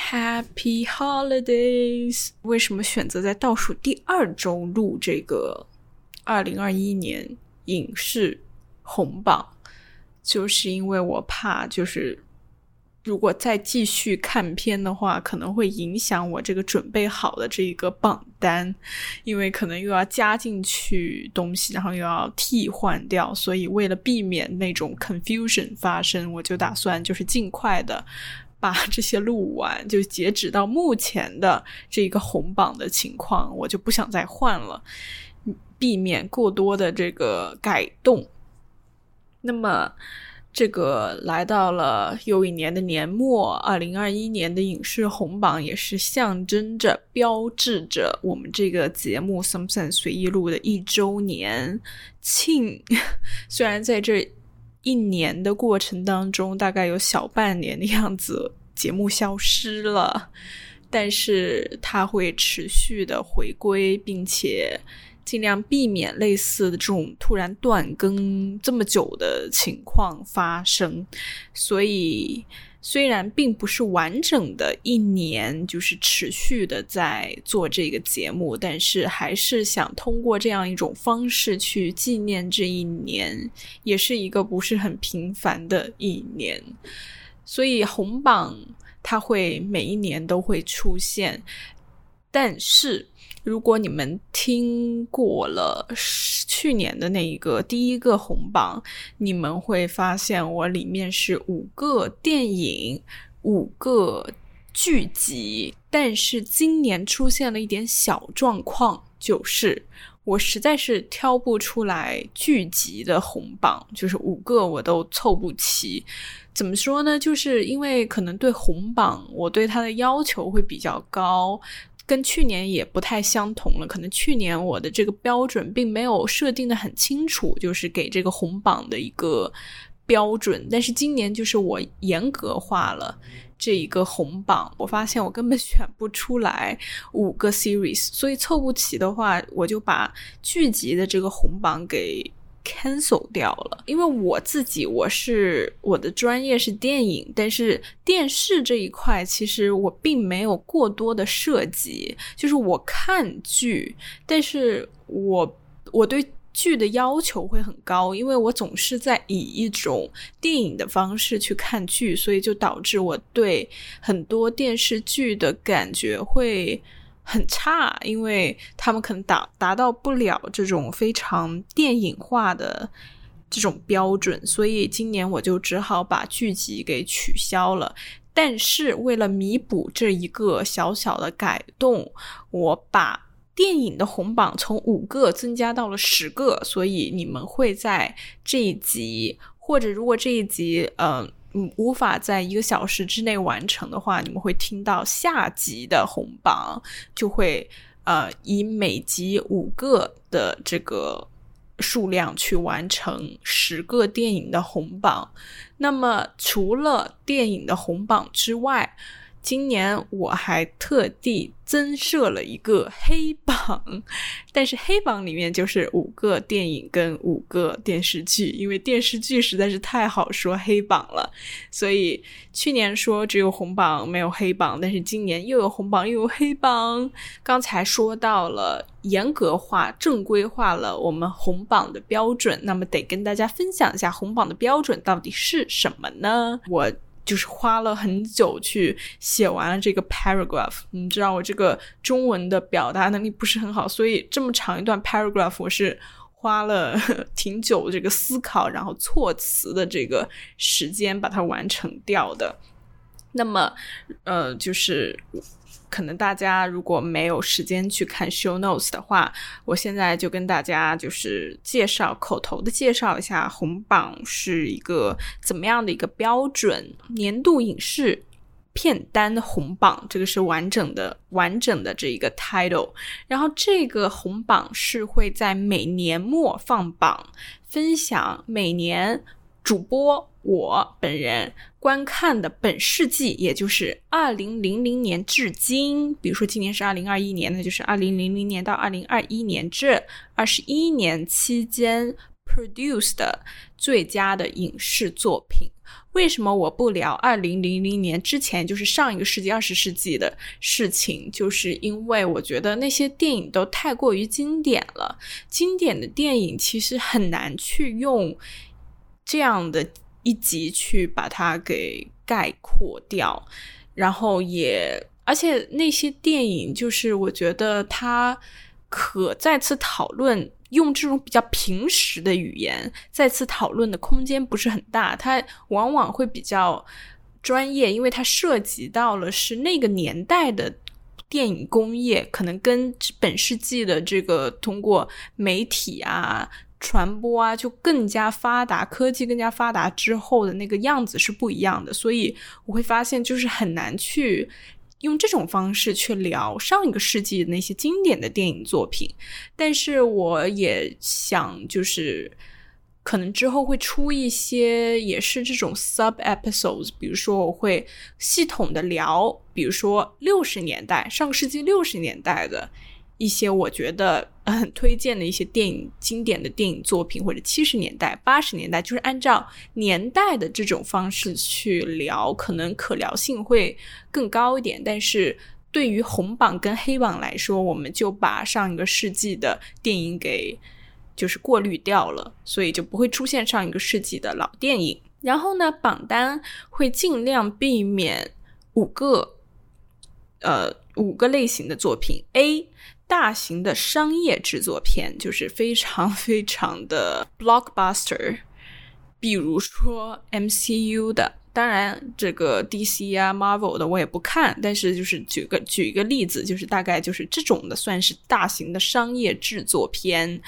Happy Holidays！ 为什么选择在倒数第2周录这个2021年影视红榜？就是因为我怕就是如果再继续看片的话，可能会影响我这个准备好的这个榜单，因为可能又要加进去东西，然后又要替换掉，所以为了避免那种 confusion 发生，我就打算就是尽快的把这些录完，就截止到目前的这个红榜的情况，我就不想再换了，避免过多的这个改动。那么这个来到了又一年的年末，2021年的影视红榜也是象征着标志着我们这个节目 Something 随意录的1周年庆。虽然在这一年的过程当中大概有小半年的样子节目消失了，但是它会持续的回归，并且尽量避免类似的这种突然断更这么久的情况发生。所以虽然并不是完整的一年就是持续的在做这个节目，但是还是想通过这样一种方式去纪念这一年，也是一个不是很平凡的一年。所以红榜它会每一年都会出现，但是如果你们听过了去年的那一个第一个红榜，你们会发现我里面是5个电影5个剧集，但是今年出现了一点小状况，就是我实在是挑不出来剧集的红榜，就是5个我都凑不齐。怎么说呢，就是因为可能对红榜我对它的要求会比较高，跟去年也不太相同了，可能去年我的这个标准并没有设定的很清楚，就是给这个红榜的一个标准，但是今年就是我严格化了这一个红榜，我发现我根本选不出来5个 series， 所以凑不齐的话我就把剧集的这个红榜给cancel 掉了。因为我自己我的专业是电影，但是电视这一块其实我并没有过多的涉及，就是我看剧，但是我对剧的要求会很高，因为我总是在以一种电影的方式去看剧，所以就导致我对很多电视剧的感觉会很差，因为他们可能达到不了这种非常电影化的这种标准，所以今年我就只好把剧集给取消了。但是为了弥补这一个小小的改动，我把电影的红榜从5个增加到了10个，所以你们会在这一集，或者如果这一集无法在1个小时之内完成的话，你们会听到下集的红榜，就会以每集5个的这个数量去完成10个电影的红榜。那么除了电影的红榜之外，今年我还特地增设了一个黑榜，但是黑榜里面就是5个电影跟5个电视剧，因为电视剧实在是太好说黑榜了，所以去年说只有红榜没有黑榜，但是今年又有红榜又有黑榜。刚才说到了严格化正规化了我们红榜的标准，那么得跟大家分享一下红榜的标准到底是什么呢？我就是花了很久去写完了这个 paragraph， 你知道我这个中文的表达能力不是很好，所以这么长一段 paragraph 我是花了挺久这个思考然后措辞的这个时间把它完成掉的。那么就是可能大家如果没有时间去看 show notes 的话，我现在就跟大家就是口头的介绍一下红榜是一个怎么样的一个标准。年度影视片单红榜，这个是完整的这一个 title， 然后这个红榜是会在每年末放榜，分享每年主播我本人观看的本世纪，也就是2000年至今，比如说今年是2021年，那就是2000年到2021年这21年期间 produce 的最佳的影视作品。 为什么我不聊2000年之前，就是上一个世纪20世纪的事情，就是因为我觉得那些电影都太过于经典了，经典的电影其实很难去用这样的一集去把它给概括掉，然后而且那些电影就是我觉得它可再次讨论，用这种比较平实的语言再次讨论的空间不是很大，它往往会比较专业，因为它涉及到了是那个年代的电影工业，可能跟本世纪的这个通过媒体啊传播啊就更加发达，科技更加发达之后的那个样子是不一样的，所以我会发现就是很难去用这种方式去聊上一个世纪的那些经典的电影作品。但是我也想就是可能之后会出一些也是这种 sub episodes， 比如说我会系统的聊比如说60年代上个世纪60年代的一些我觉得很推荐的一些电影经典的电影作品，或者70年代80年代，就是按照年代的这种方式去聊，可能可聊性会更高一点。但是对于红榜跟黑榜来说，我们就把上一个世纪的电影给就是过滤掉了，所以就不会出现上一个世纪的老电影。然后呢，榜单会尽量避免五个类型的作品。 A，大型的商业制作片，就是非常非常的 blockbuster， 比如说 MCU 的，当然这个 DC 啊 Marvel 的我也不看，但是就是举一个例子，就是大概就是这种的算是大型的商业制作片。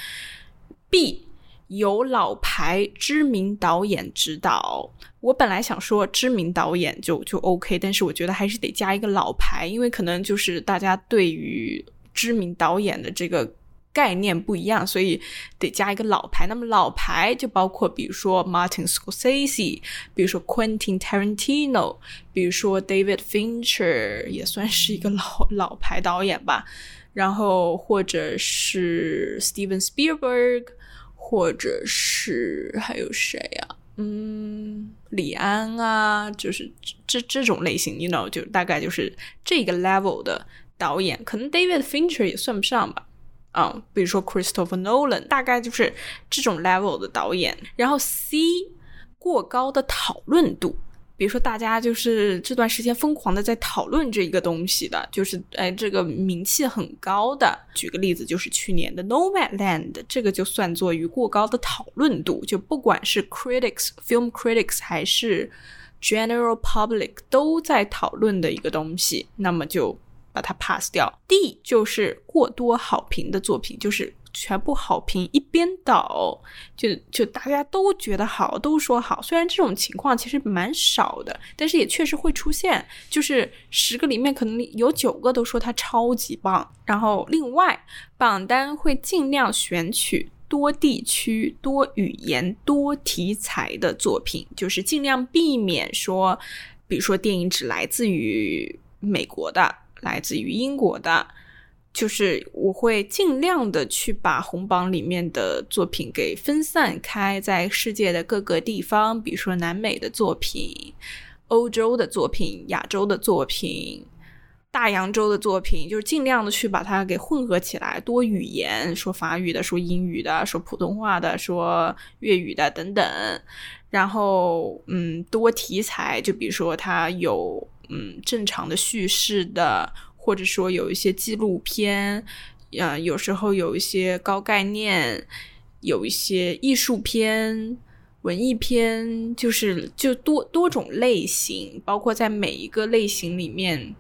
B， 由老牌知名导演指导，我本来想说知名导演就 OK， 但是我觉得还是得加一个老牌，因为可能就是大家对于知名导演的这个概念不一样，所以得加一个老牌。那么老牌就包括比如说 Martin Scorsese， 比如说 Quentin Tarantino， 比如说 David Fincher， 也算是一个老牌导演吧，然后或者是 Steven Spielberg， 或者是还有谁啊，李安啊，就是这种类型 you know， 就大概就是这个 level 的导演，可能 David Fincher 也算不上吧，比如说 Christopher Nolan， 大概就是这种 level 的导演。然后 C， 过高的讨论度，比如说大家就是这段时间疯狂的在讨论这个东西的，就是这个名气很高的，举个例子就是去年的 Nomadland， 这个就算作于过高的讨论度，就不管是 critics film critics 还是 general public 都在讨论的一个东西，那么就把它 pass 掉。 D 就是过多好评的作品，就是全部好评一边倒，就大家都觉得好，都说好。虽然这种情况其实蛮少的，但是也确实会出现，就是10个里面可能有9个都说它超级棒。然后另外榜单会尽量选取多地区、多语言、多题材的作品，就是尽量避免说比如说电影只来自于美国的，来自于英国的，就是我会尽量的去把红榜里面的作品给分散开，在世界的各个地方，比如说南美的作品、欧洲的作品、亚洲的作品、大洋洲的作品，就是尽量的去把它给混合起来，多语言，说法语的，说英语的，说普通话的，说粤语的等等。然后多题材，就比如说它有正常的叙事的，或者说有一些纪录片，有时候有一些高概念，有一些艺术片、文艺片，就多种类型，包括在每一个类型里面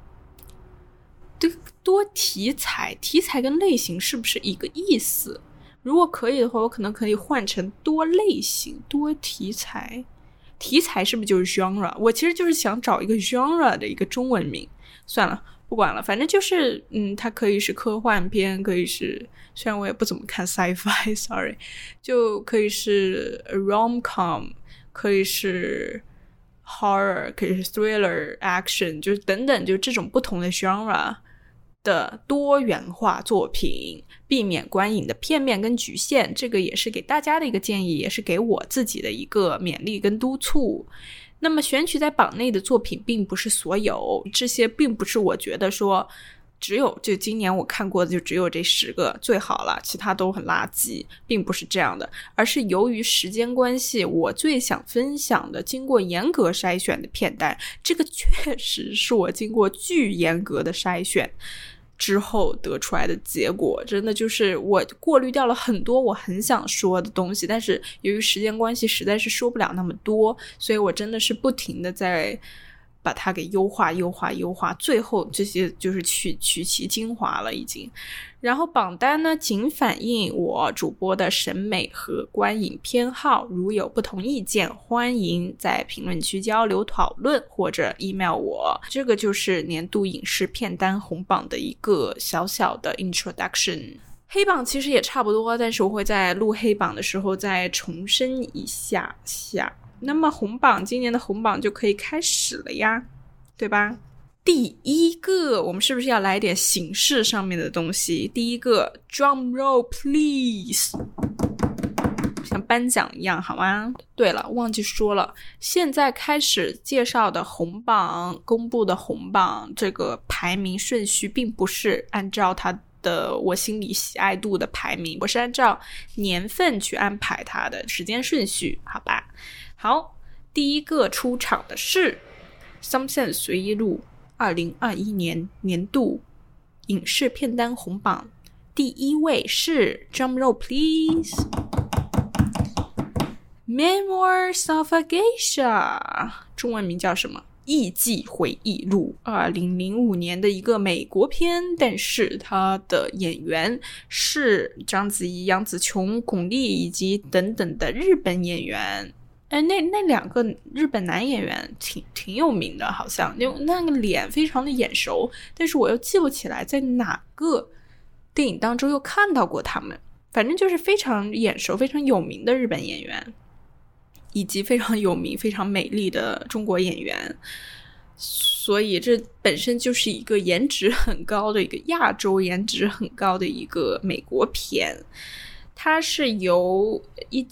多题材，题材跟类型是不是一个意思？如果可以的话，我可能可以换成多类型、多题材。题材是不是就是 genre？ 我其实就是想找一个 genre 的一个中文名，算了不管了，反正就是它可以是科幻片，可以是，虽然我也不怎么看 sci-fi sorry， 就可以是 rom-com， 可以是 horror， 可以是 thriller action， 就是等等，就这种不同的 genre 的多元化作品，避免观影的片面跟局限，这个也是给大家的一个建议，也是给我自己的一个勉励跟督促。 那么选取在榜内的作品并不是所有，这些并不是我觉得说就今年我看过的就只有这10个最好了，其他都很垃圾，并不是这样的，而是由于时间关系，我最想分享的经过严格筛选的片单，这个确实是我经过巨严格的筛选之后得出来的结果，真的就是我过滤掉了很多我很想说的东西，但是由于时间关系实在是说不了那么多，所以我真的是不停的在把它给优化，最后这些就是取其精华了已经。然后榜单呢，仅反映我主播的审美和观影偏好，如有不同意见，欢迎在评论区交流讨论或者 email 我。这个就是年度影视片单红榜的一个小小的 introduction。黑榜其实也差不多，但是我会在录黑榜的时候再重申一下。那么今年的红榜就可以开始了呀，对吧？第一个，我们是不是要来点形式上面的东西？第一个 drum roll please， 像颁奖一样好吗？对了，忘记说了，现在开始介绍的红榜，公布的红榜这个排名顺序并不是按照它的我心里喜爱度的排名，我是按照年份去安排它的时间顺序，好吧？好，第一个出场的是 Something 随意录2021年年度影视片单红榜，第一位是 Drum roll please Memoirs of a Geisha， 中文名叫什么？艺伎回忆录，2005年的一个美国片，但是他的演员是章子怡、杨紫琼、巩俐以及等等的日本演员。那2个日本男演员挺有名的，好像那个脸非常的眼熟，但是我又记不起来在哪个电影当中又看到过他们。反正就是非常眼熟、非常有名的日本演员，以及非常有名、非常美丽的中国演员。所以这本身就是一个颜值很高的一个亚洲颜值很高的一个美国片。它是由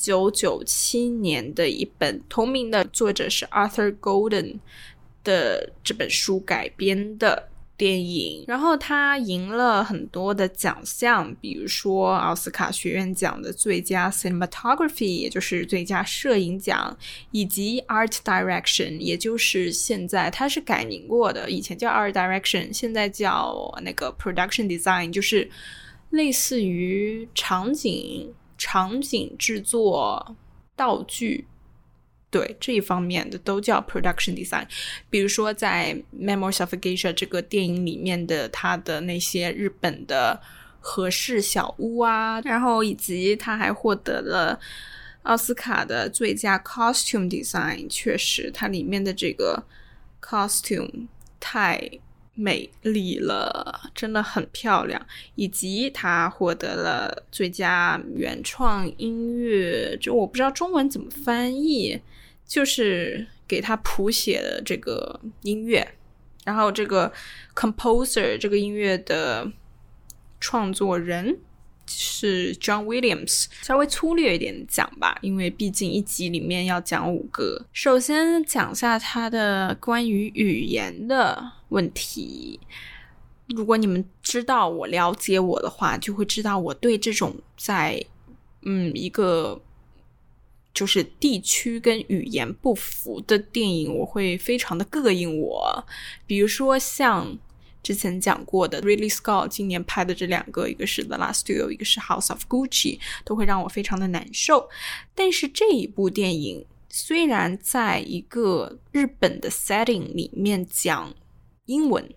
1997年的一本同名的，作者是 Arthur Golden 的这本书改编的电影，然后它赢了很多的奖项，比如说奥斯卡学院奖的最佳 cinematography， 也就是最佳摄影奖，以及 art direction， 也就是现在它是改名过的，以前叫 art direction， 现在叫那个 production design， 就是类似于场景制作、道具，对这一方面的都叫 production design。 比如说在 Memoirs of a Geisha 这个电影里面的它的那些日本的和式小屋啊，然后以及它还获得了奥斯卡的最佳 costume design， 确实它里面的这个 costume 太美丽了，真的很漂亮，以及他获得了最佳原创音乐，就我不知道中文怎么翻译，就是给他谱写的这个音乐，然后这个 composer 这个音乐的创作人是 John Williams， 稍微粗略一点讲吧，因为毕竟一集里面要讲5个。首先讲下他的关于语言的问题，如果你们知道我了解我的话，就会知道我对这种在一个就是地区跟语言不符的电影我会非常的膈应我。比如说像之前讲过的 Ridley Scott 今年拍的这2个，一个是 The Last Duel， 一个是 House of Gucci， 都会让我非常的难受。但是这一部电影虽然在一个日本的 setting 里面讲英文，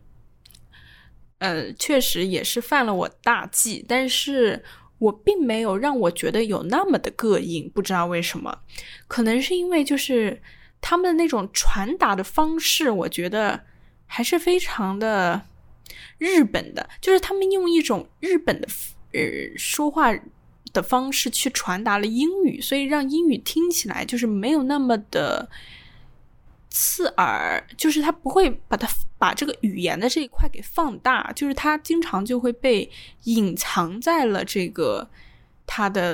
确实也是犯了我大忌，但是我并没有让我觉得有那么的膈应，不知道为什么，可能是因为就是他们的那种传达的方式，我觉得还是非常的日本的，就是他们用一种日本的说话的方式去传达了英语，所以让英语听起来就是没有那么的刺耳，就是他不会把这个语言的这一块给放大，就是他经常就会被隐藏在了这个他的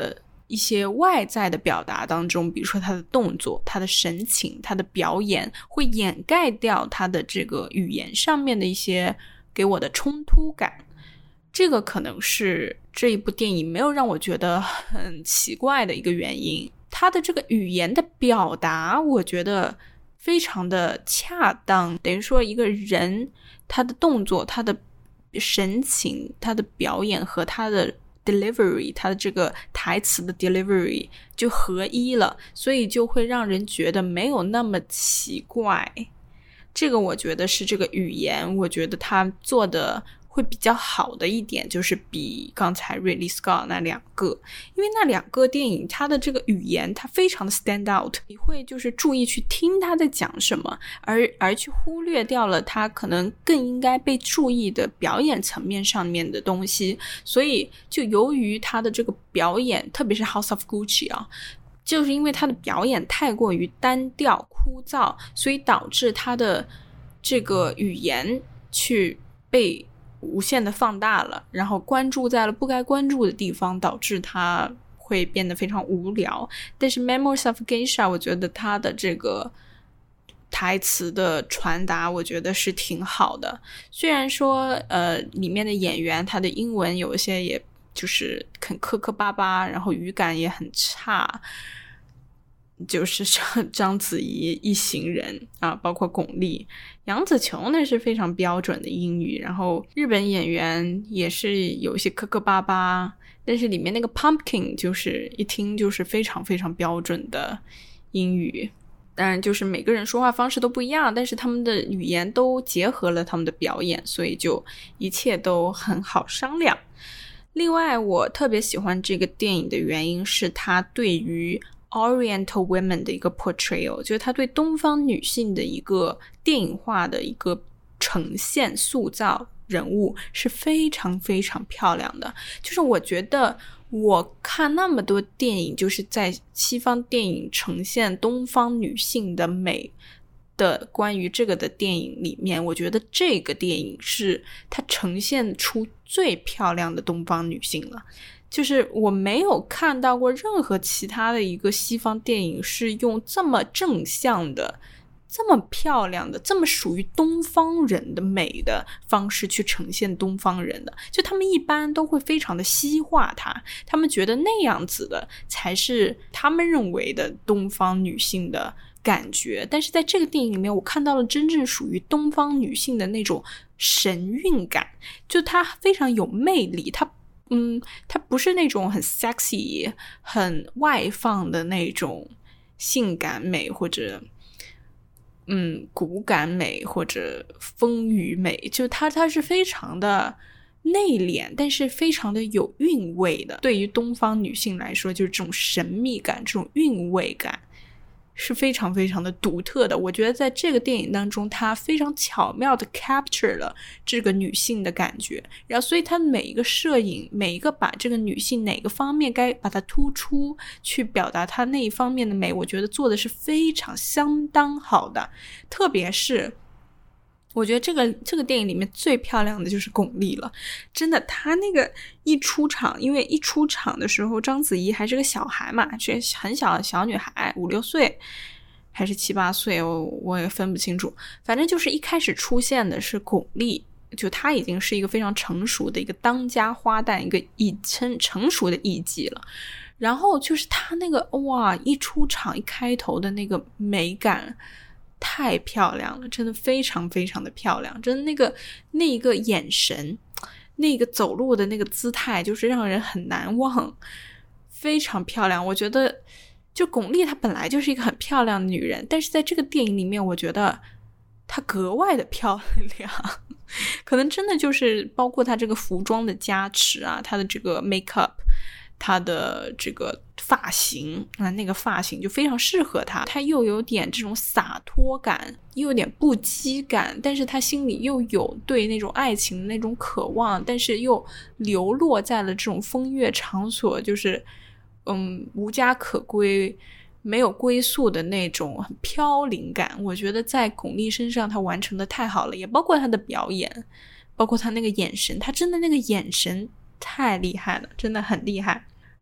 一些外在的表达当中，比如说他的动作、他的神情、他的表演，会掩盖掉他的这个语言上面的一些给我的冲突感。这个可能是这一部电影没有让我觉得很奇怪的一个原因。他的这个语言的表达我觉得非常的恰当，等于说一个人他的动作、他的神情、他的表演和他的 delivery， 他的这个台词的 delivery 就合一了，所以就会让人觉得没有那么奇怪。这个我觉得是这个语言，我觉得他做的会比较好的一点，就是比刚才 Ridley Scott 那两个，因为那两个电影它的这个语言它非常的 stand out， 你会就是注意去听他在讲什么，而去忽略掉了他可能更应该被注意的表演层面上面的东西。所以就由于他的这个表演，特别是 House of Gucci 啊，就是因为他的表演太过于单调枯燥，所以导致他的这个语言去被无限的放大了，然后关注在了不该关注的地方，导致它会变得非常无聊。但是 Memories of Geisha 我觉得它的这个台词的传达我觉得是挺好的，虽然说里面的演员他的英文有一些也就是很磕磕巴巴，然后语感也很差，就是章子怡一行人啊，包括巩俐、杨紫琼那是非常标准的英语，然后日本演员也是有一些磕磕巴巴，但是里面那个 Pumpkin 就是一听就是非常非常标准的英语。当然就是每个人说话方式都不一样，但是他们的语言都结合了他们的表演，所以就一切都很好商量。另外我特别喜欢这个电影的原因是它对于Oriental women 的一个 portrayal， 就是他对东方女性的一个电影化的一个呈现塑造人物是非常非常漂亮的。就是我觉得我看那么多电影，就是在西方电影呈现东方女性的美的关于这个的电影里面，我觉得这个电影是它呈现出最漂亮的东方女性了。就是我没有看到过任何其他的一个西方电影是用这么正向的、这么漂亮的、这么属于东方人的美的方式去呈现东方人的。就他们一般都会非常的西化它，他们觉得那样子的才是他们认为的东方女性的感觉。但是在这个电影里面，我看到了真正属于东方女性的那种神韵感，就她非常有魅力，它不是那种很 sexy 很外放的那种性感美，或者骨感美，或者丰腴美，就它是非常的内敛，但是非常的有韵味的。对于东方女性来说，就是这种神秘感、这种韵味感是非常非常的独特的。我觉得在这个电影当中，它非常巧妙的 capture 了这个女性的感觉，然后所以它每一个摄影，每一个把这个女性哪个方面该把它突出，去表达她那一方面的美，我觉得做的是非常相当好的。特别是我觉得这个电影里面最漂亮的就是巩俐了，真的，她那个一出场，因为一出场的时候章子怡还是个小孩嘛，是很小的小女孩，5、6岁还是7、8岁，我也分不清楚，反正就是一开始出现的是巩俐，就她已经是一个非常成熟的一个当家花旦，一个成熟的艺伎了。然后就是她那个哇，一出场一开头的那个美感太漂亮了，真的非常非常的漂亮，真的那一个眼神，那个走路的那个姿态，就是让人很难忘，非常漂亮。我觉得就巩俐她本来就是一个很漂亮的女人，但是在这个电影里面我觉得她格外的漂亮，可能真的就是包括她这个服装的加持啊，她的这个 makeup， 她的这个发型那个发型就非常适合她，她又有点这种洒脱感，又有点不羁感，但是她心里又有对那种爱情的那种渴望，但是又流落在了这种风月场所，就是无家可归，没有归宿的那种很飘零感。我觉得在巩俐身上她完成的太好了，也包括她的表演，包括她那个眼神，她真的那个眼神太厉害了，真的很厉害。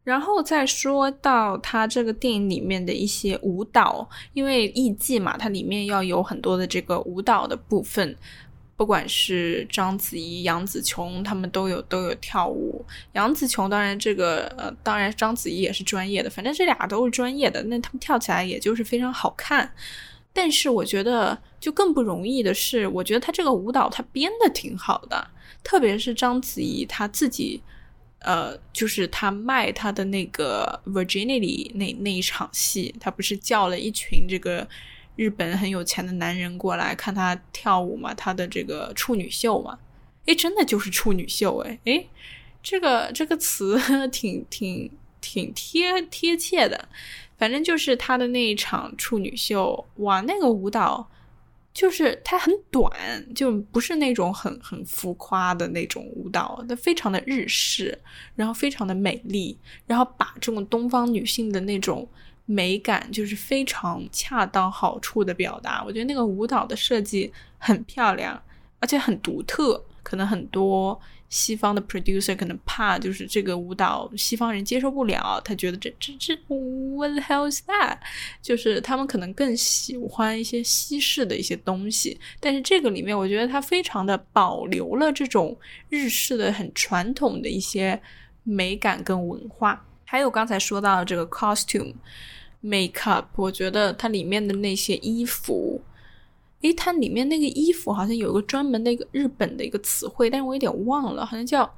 然后再说到他这个电影里面的一些舞蹈，因为艺伎嘛，它里面要有很多的这个舞蹈的部分，不管是章子怡、杨紫琼，他们都有跳舞。杨紫琼当然当然章子怡也是专业的，反正这俩都是专业的，那他们跳起来也就是非常好看。但是我觉得就更不容易的是，我觉得他这个舞蹈他编的挺好的，特别是章子怡她自己就是他卖他的那个 virginity 那一场戏，他不是叫了一群这个日本很有钱的男人过来看他跳舞嘛，他的这个处女秀嘛，诶，真的就是处女秀诶，这个词挺贴切的。反正就是他的那一场处女秀，哇，那个舞蹈就是它很短，就不是那种很浮夸的那种舞蹈，它非常的日式，然后非常的美丽，然后把这种东方女性的那种美感就是非常恰到好处的表达。我觉得那个舞蹈的设计很漂亮，而且很独特，可能很多西方的 producer 可能怕就是这个舞蹈西方人接受不了，他觉得这 what the hell is that， 就是他们可能更喜欢一些西式的一些东西，但是这个里面我觉得它非常的保留了这种日式的很传统的一些美感跟文化。还有刚才说到的这个 costume makeup， 我觉得它里面的那些衣服，它里面那个衣服好像有一个专门的一个日本的一个词汇，但是我有点忘了，好像叫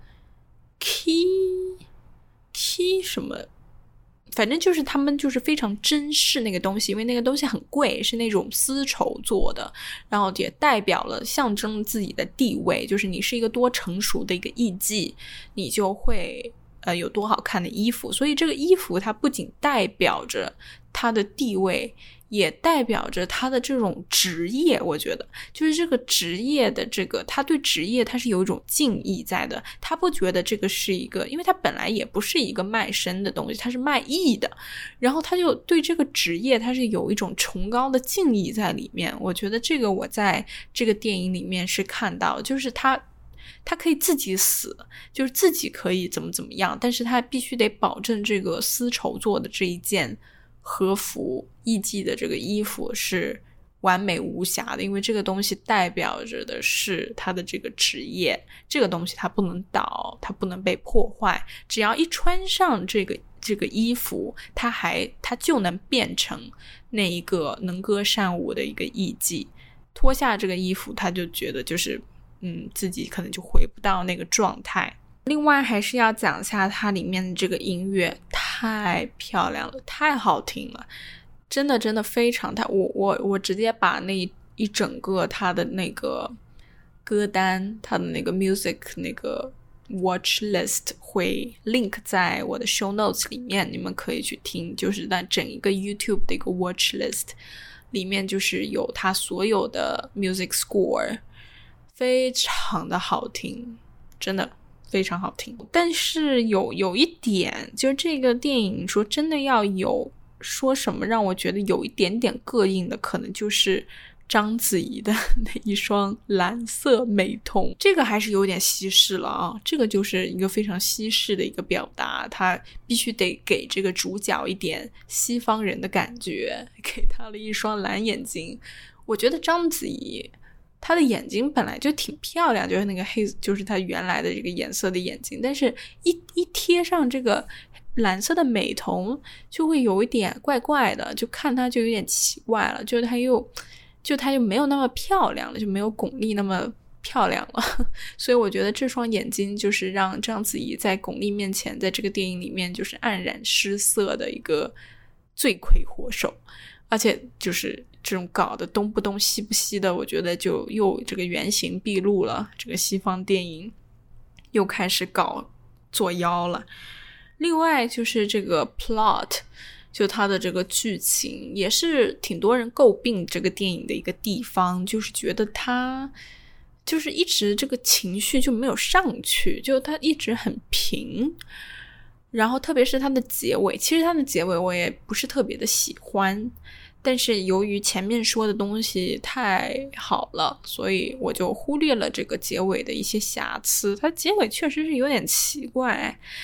key 什么，反正就是他们就是非常珍视那个东西，因为那个东西很贵，是那种丝绸做的，然后也代表了象征自己的地位，就是你是一个多成熟的一个艺妓，你就会有多好看的衣服。所以这个衣服它不仅代表着它的地位，也代表着他的这种职业。我觉得就是这个职业的这个，他对职业他是有一种敬意在的，他不觉得这个是一个，因为他本来也不是一个卖身的东西，他是卖艺的，然后他就对这个职业他是有一种崇高的敬意在里面。我觉得这个我在这个电影里面是看到，就是他可以自己死，就是自己可以怎么样，但是他必须得保证这个丝绸做的这一件和服艺妓的这个衣服是完美无瑕的，因为这个东西代表着的是他的这个职业，这个东西它不能倒，它不能被破坏，只要一穿上这个衣服，它就能变成那一个能歌善舞的一个艺妓。脱下这个衣服，他就觉得就是自己可能就回不到那个状态。另外还是要讲一下它里面的这个音乐，太漂亮了，太好听了，真的非常我直接把那一整个它的那个歌单，它的那个 music 那个 watch list 会 link 在我的 show notes 里面，你们可以去听，就是那整一个 YouTube 的一个 watch list 里面就是有它所有的 music score， 非常的好听，真的非常好听。但是有一点，就是这个电影说真的要有说什么让我觉得有一点点膈应的，可能就是章子怡的那一双蓝色美瞳，这个还是有点西式了啊，这个就是一个非常西式的一个表达，它必须得给这个主角一点西方人的感觉，给他了一双蓝眼睛。我觉得章子怡她的眼睛本来就挺漂亮，就是那个黑，就是她原来的这个颜色的眼睛，但是一贴上这个蓝色的美瞳就会有一点怪怪的，就看她就有点奇怪了，就她又没有那么漂亮了，就没有巩俐那么漂亮了。所以我觉得这双眼睛就是让章子怡在巩俐面前，在这个电影里面就是黯然失色的一个罪魁祸首。而且就是这种搞的东不东西不西的，我觉得就又这个原形毕露了，这个西方电影又开始搞作妖了。另外就是这个 plot， 就它的这个剧情也是挺多人诟病这个电影的一个地方，就是觉得它就是一直这个情绪就没有上去，就它一直很平。然后特别是它的结尾，其实它的结尾我也不是特别的喜欢，但是由于前面说的东西太好了，所以我就忽略了这个结尾的一些瑕疵。它结尾确实是有点奇怪，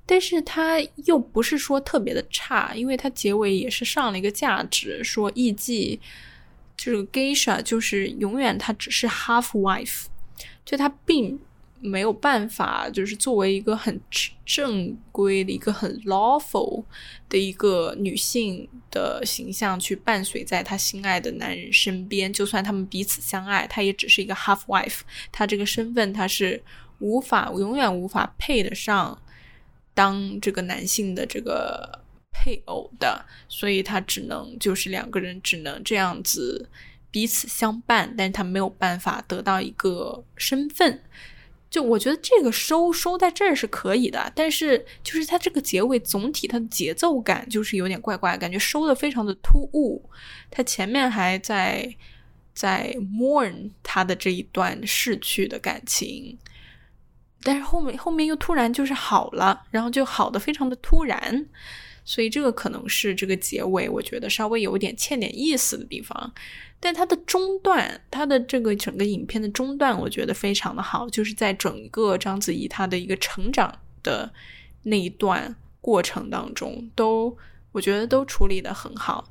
但是它又不是说特别的差，因为它结尾也是上了一个价值，说艺妓这个 geisha 就是永远它只是 half wife， 就它并没有办法就是作为一个很正规的一个很 lawful 的一个女性的形象去伴随在她心爱的男人身边，就算他们彼此相爱，她也只是一个 half wife， 她这个身份她是永远无法配得上当这个男性的这个配偶的，所以他只能就是两个人只能这样子彼此相伴，但是他没有办法得到一个身份。就我觉得这个收在这儿是可以的，但是就是它这个结尾总体它的节奏感就是有点怪怪，感觉收的非常的突兀。它前面还在 mourn 他的这一段逝去的感情，但是后面又突然就是好了，然后就好的非常的突然，所以这个可能是这个结尾我觉得稍微有点欠点意思的地方。但它的中段，它的这个整个影片的中段我觉得非常的好，就是在整个章子怡她的一个成长的那一段过程当中我觉得都处理得很好。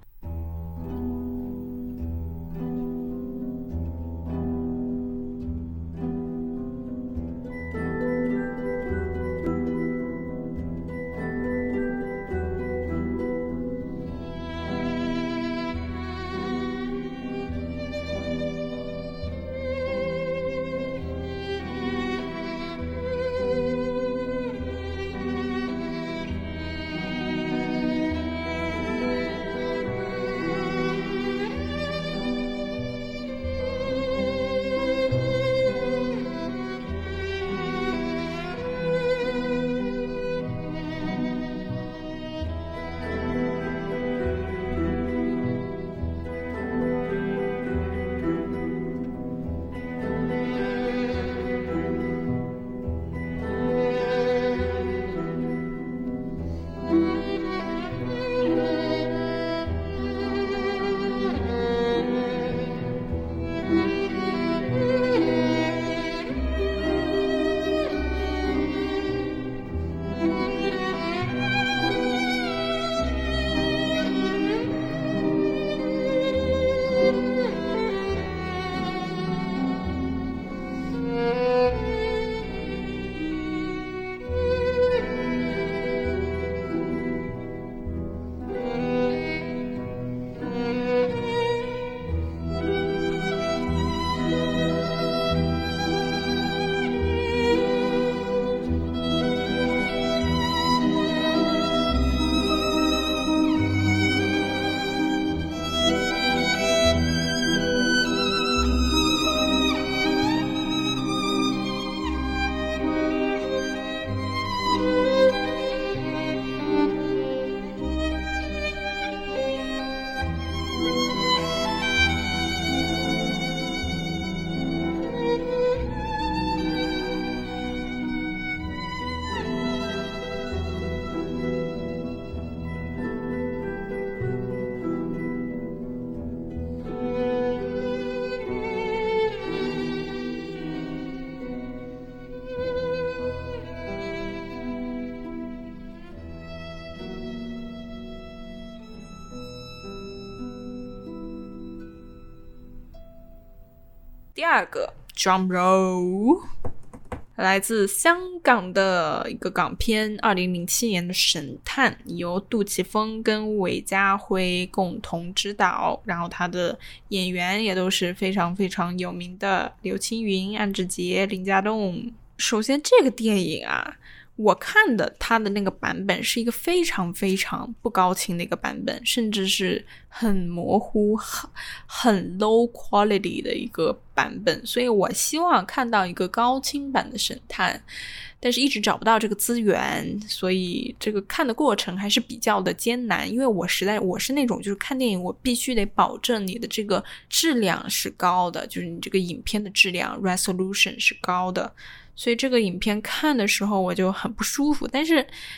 第二个 Drum Roll 来自香港的一个港片2007年的神探，由杜琪峰跟韦家辉共同执导，然后他的演员也都是非常非常有名的，刘青云、安志杰、林家栋。首先这个电影啊，我看的它的那个版本是一个非常非常不高清的一个版本，甚至是很模糊很 low quality 的一个版本，所以我希望看到一个高清版的神探，但是一直找不到这个资源，所以这个看的过程还是比较的艰难。因为我是那种就是看电影我必须得保证你的这个质量是高的，就是你这个影片的质量 resolution 是高的，所以这个影片看的时候我就很不舒服。但是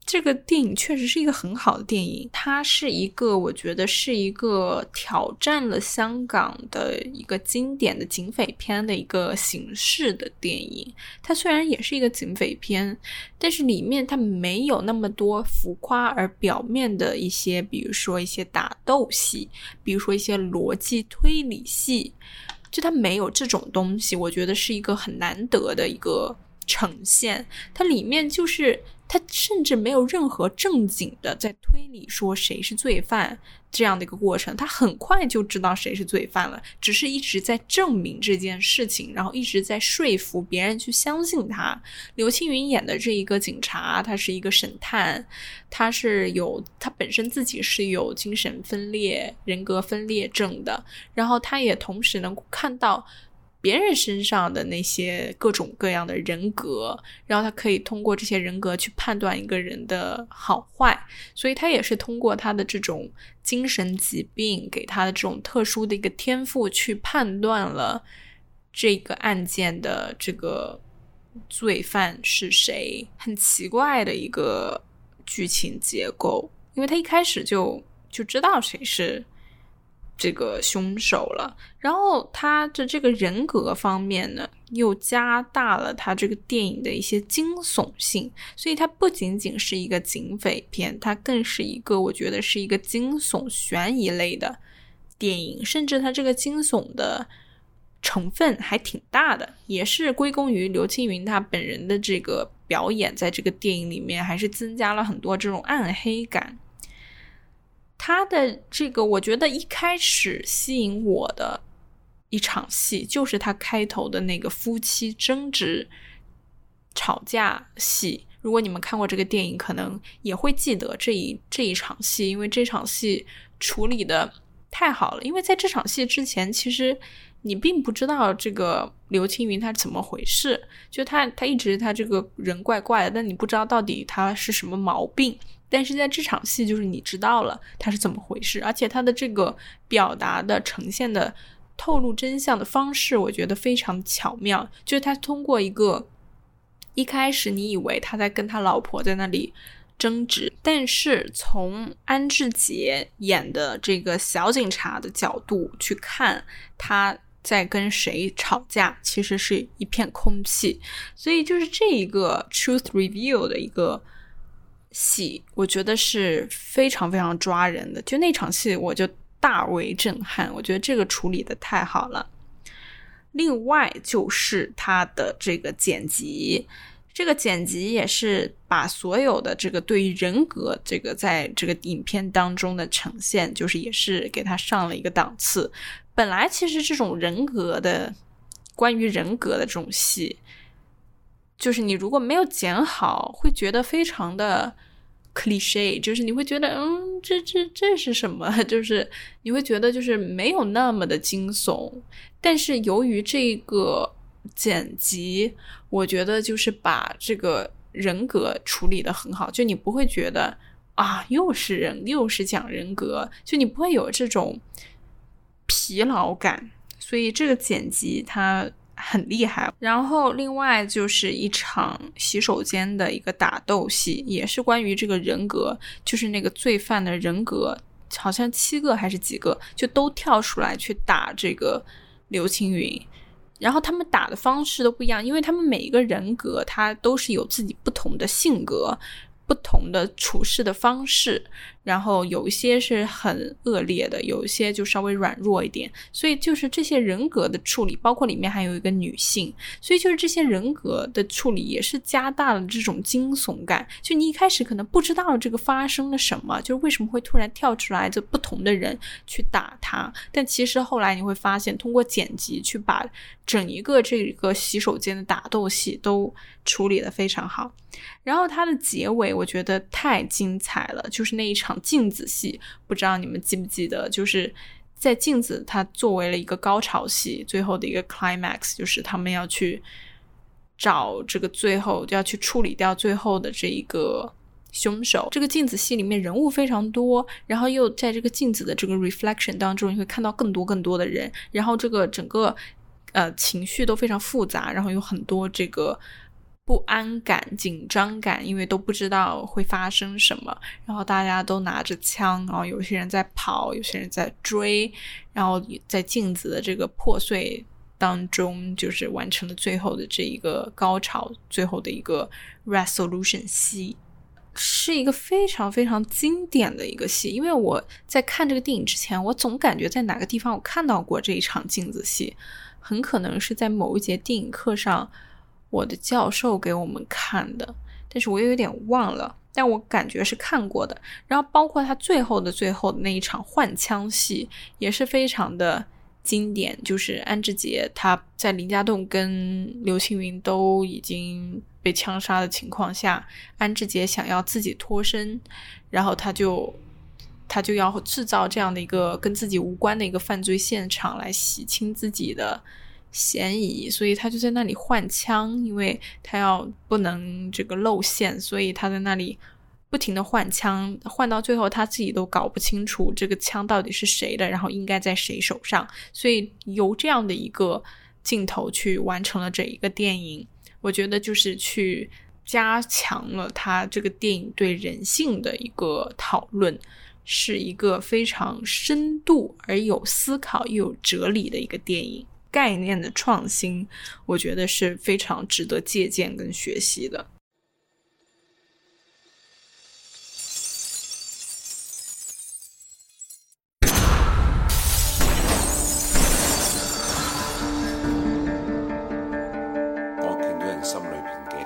这个电影确实是一个很好的电影，它是一个我觉得是一个挑战了香港的一个经典的警匪片的一个形式的电影。它虽然也是一个警匪片，但是里面它没有那么多浮夸而表面的一些，比如说一些打斗戏，比如说一些逻辑推理戏，就它没有这种东西，我觉得是一个很难得的一个呈现。它里面就是它甚至没有任何正经的在推理说谁是罪犯这样的一个过程，他很快就知道谁是罪犯了，只是一直在证明这件事情，然后一直在说服别人去相信他。刘青云演的这一个警察，他是一个神探，他本身自己是有精神分裂人格分裂症的，然后他也同时能够看到别人身上的那些各种各样的人格，然后他可以通过这些人格去判断一个人的好坏，所以他也是通过他的这种精神疾病给他的这种特殊的一个天赋去判断了这个案件的这个罪犯是谁。很奇怪的一个剧情结构，因为他一开始就知道谁是这个凶手了，然后他的这个人格方面呢又加大了他这个电影的一些惊悚性，所以它不仅仅是一个警匪片，它更是一个我觉得是一个惊悚悬疑类的电影，甚至它这个惊悚的成分还挺大的，也是归功于刘青云他本人的这个表演，在这个电影里面还是增加了很多这种暗黑感。他的这个我觉得一开始吸引我的一场戏就是他开头的那个夫妻争执吵架戏，如果你们看过这个电影可能也会记得这一场戏，因为这场戏处理的太好了。因为在这场戏之前其实你并不知道这个刘青云他怎么回事，就他一直他这个人怪怪的，但你不知道到底他是什么毛病，但是在这场戏就是你知道了他是怎么回事，而且他的这个表达的呈现的透露真相的方式我觉得非常巧妙，就是他通过一个一开始你以为他在跟他老婆在那里争执，但是从安志杰演的这个小警察的角度去看他在跟谁吵架，其实是一片空气。所以就是这一个 truth reveal 的一个戏我觉得是非常非常抓人的，就那场戏我就大为震撼，我觉得这个处理的太好了。另外就是他的这个剪辑，这个剪辑也是把所有的这个对于人格这个在这个影片当中的呈现，就是也是给他上了一个档次。本来其实这种人格的关于人格的这种戏，就是你如果没有剪好会觉得非常的 cliché， 就是你会觉得这是什么，就是你会觉得就是没有那么的惊悚。但是由于这个剪辑我觉得就是把这个人格处理得很好，就你不会觉得啊又是讲人格，就你不会有这种疲劳感，所以这个剪辑它很厉害。然后另外就是一场洗手间的一个打斗戏，也是关于这个人格，就是那个罪犯的人格好像7个还是几个就都跳出来去打这个刘青云，然后他们打的方式都不一样，因为他们每一个人格他都是有自己不同的性格不同的处事的方式，然后有一些是很恶劣的，有一些就稍微软弱一点，所以就是这些人格的处理，包括里面还有一个女性，所以就是这些人格的处理也是加大了这种惊悚感，就你一开始可能不知道这个发生了什么，就是为什么会突然跳出来这不同的人去打他，但其实后来你会发现通过剪辑去把整一个这个洗手间的打斗戏都处理得非常好。然后它的结尾我觉得太精彩了，就是那一场镜子戏，不知道你们记不记得，就是在镜子它作为了一个高潮戏，最后的一个 climax 就是他们要去找这个最后要去处理掉最后的这一个凶手。这个镜子戏里面人物非常多，然后又在这个镜子的这个 reflection 当中你会看到更多的人，然后这个整个情绪都非常复杂，然后有很多这个不安感、紧张感，因为都不知道会发生什么，然后大家都拿着枪，然后有些人在跑，有些人在追，然后在镜子的这个破碎当中就是完成了最后的这一个高潮，最后的一个 resolution 戏，是一个非常非常经典的一个戏。因为我在看这个电影之前，我总感觉在哪个地方我看到过这一场镜子戏，很可能是在某一节电影课上我的教授给我们看的，但是我也有点忘了，但我感觉是看过的。然后包括他最后的那一场换枪戏也是非常的经典，就是安志杰他在林家栋跟刘青云都已经被枪杀的情况下，安志杰想要自己脱身，然后他就要制造这样的一个跟自己无关的一个犯罪现场来洗清自己的嫌疑，所以他就在那里换枪，因为他不能这个露馅，所以他在那里不停的换枪，换到最后他自己都搞不清楚这个枪到底是谁的，然后应该在谁手上，所以由这样的一个镜头去完成了这一个电影，我觉得就是去加强了他这个电影对人性的一个讨论，是一个非常深度而有思考又有哲理的一个电影。概念的创新，我觉得是非常值得借鉴跟学习的。 我見到人心裏邊嘅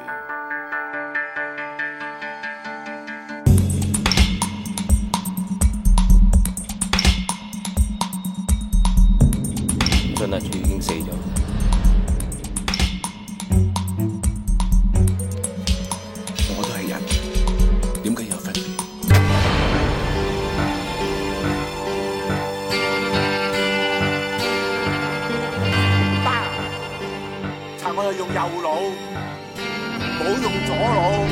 鬼，信阿柱已經死咗。我都係人，點解有分別？查我係用右腦，冇用左腦。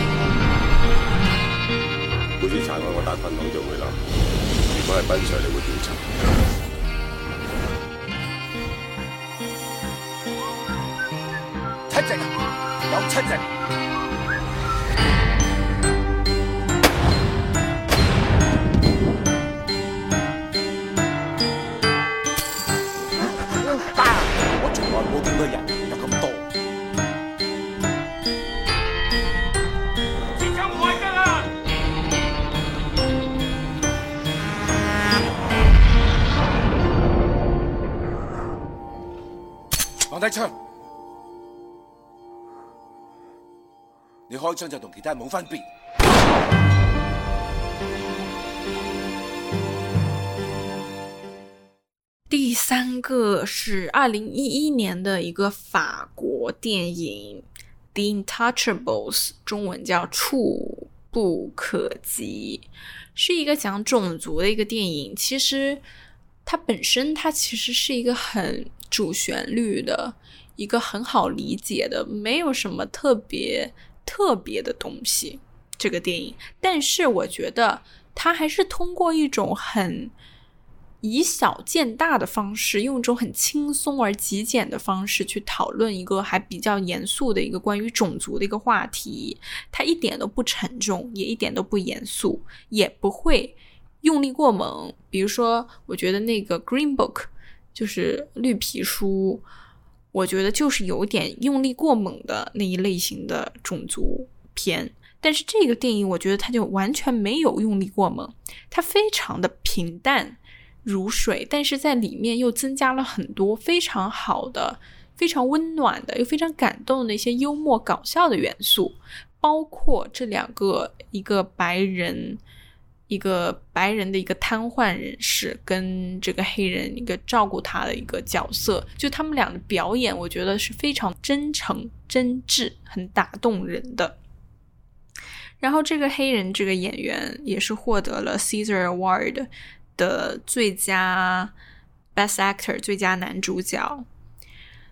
每次查我打分腦就會諗，如果係斌 Sir， 你會點查？7席，有7席。我從來冇見過人有咁多。支槍唔係㗎啦！放低槍。你開槍就同其他人冇分別。 第三个是2011年的一个法国电影 The Intouchables， 中文叫触不可及，是一个讲种族的一个电影。其实它本身其实是一个很主旋律的，一个很好理解的，没有什么特别的东西，这个电影。但是我觉得它还是通过一种很以小见大的方式，用一种很轻松而极简的方式去讨论一个还比较严肃的一个关于种族的一个话题。它一点都不沉重，也一点都不严肃，也不会用力过猛。比如说我觉得那个 Green Book 就是绿皮书，我觉得就是有点用力过猛的那一类型的种族片。但是这个电影我觉得它就完全没有用力过猛，它非常的平淡如水，但是在里面又增加了很多非常好的、非常温暖的又非常感动的一些幽默搞笑的元素，包括这两个，一个白人的一个瘫痪人士跟这个黑人一个照顾他的一个角色，就他们俩的表演我觉得是非常真诚真挚，很打动人的。然后这个黑人这个演员也是获得了 Caesar Award 的最佳 Best Actor 最佳男主角。